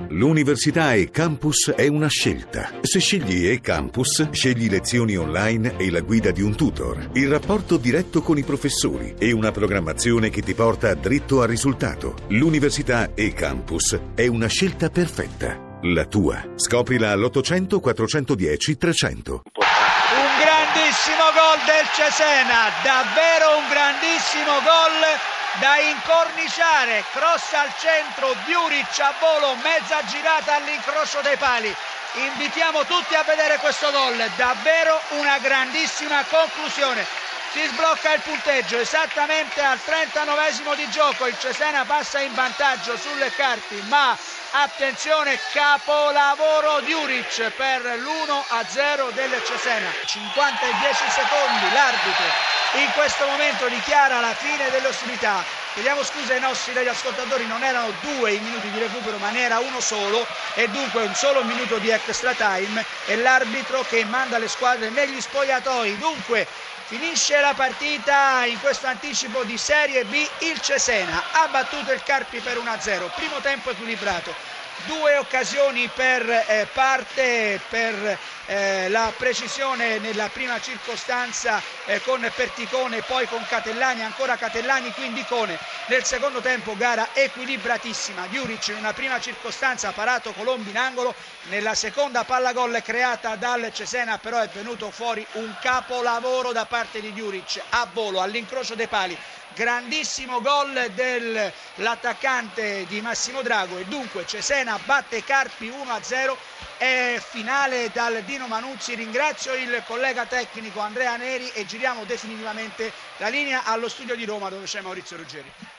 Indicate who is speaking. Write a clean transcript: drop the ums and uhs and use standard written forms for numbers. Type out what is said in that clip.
Speaker 1: L'università e-Campus è una scelta. Se scegli e-Campus, scegli lezioni online e la guida di un tutor, il rapporto diretto con i professori e una programmazione che ti porta dritto al risultato. L'università e-Campus è una scelta perfetta. La tua. Scoprila all'800 410 300.
Speaker 2: Un grandissimo gol del Cesena, davvero un grandissimo gol da incorniciare, cross al centro, Djuric a volo, mezza girata all'incrocio dei pali. Invitiamo tutti a vedere questo gol, davvero una grandissima conclusione. Si sblocca il punteggio esattamente al 39esimo di gioco, il Cesena passa in vantaggio sulle Carpi, ma attenzione, capolavoro Djuric per l'1-0 del Cesena. 50 e 10 secondi, l'arbitro in questo momento dichiara la fine delle ostilità. Chiediamo scusa ai nostri ascoltatori, non erano 2 i minuti di recupero ma ne era uno solo e dunque un solo minuto di extra time e l'arbitro che manda le squadre negli spogliatoi. Dunque finisce la partita in questo anticipo di Serie B, il Cesena ha battuto il Carpi per 1-0, primo tempo equilibrato. 2 occasioni per parte per la precisione nella prima circostanza con Perticone, poi con Catellani, ancora Catellani, quindi Cone. Nel secondo tempo gara equilibratissima, Djuric in una prima circostanza ha parato Colombi in angolo, nella seconda palla gol creata dal Cesena però è venuto fuori un capolavoro da parte di Djuric a volo all'incrocio dei pali. Grandissimo gol dell'attaccante di Massimo Drago e dunque Cesena batte Carpi 1-0, è finale dal Dino Manuzzi. Ringrazio il collega tecnico Andrea Neri e giriamo definitivamente la linea allo studio di Roma dove c'è Maurizio Ruggeri.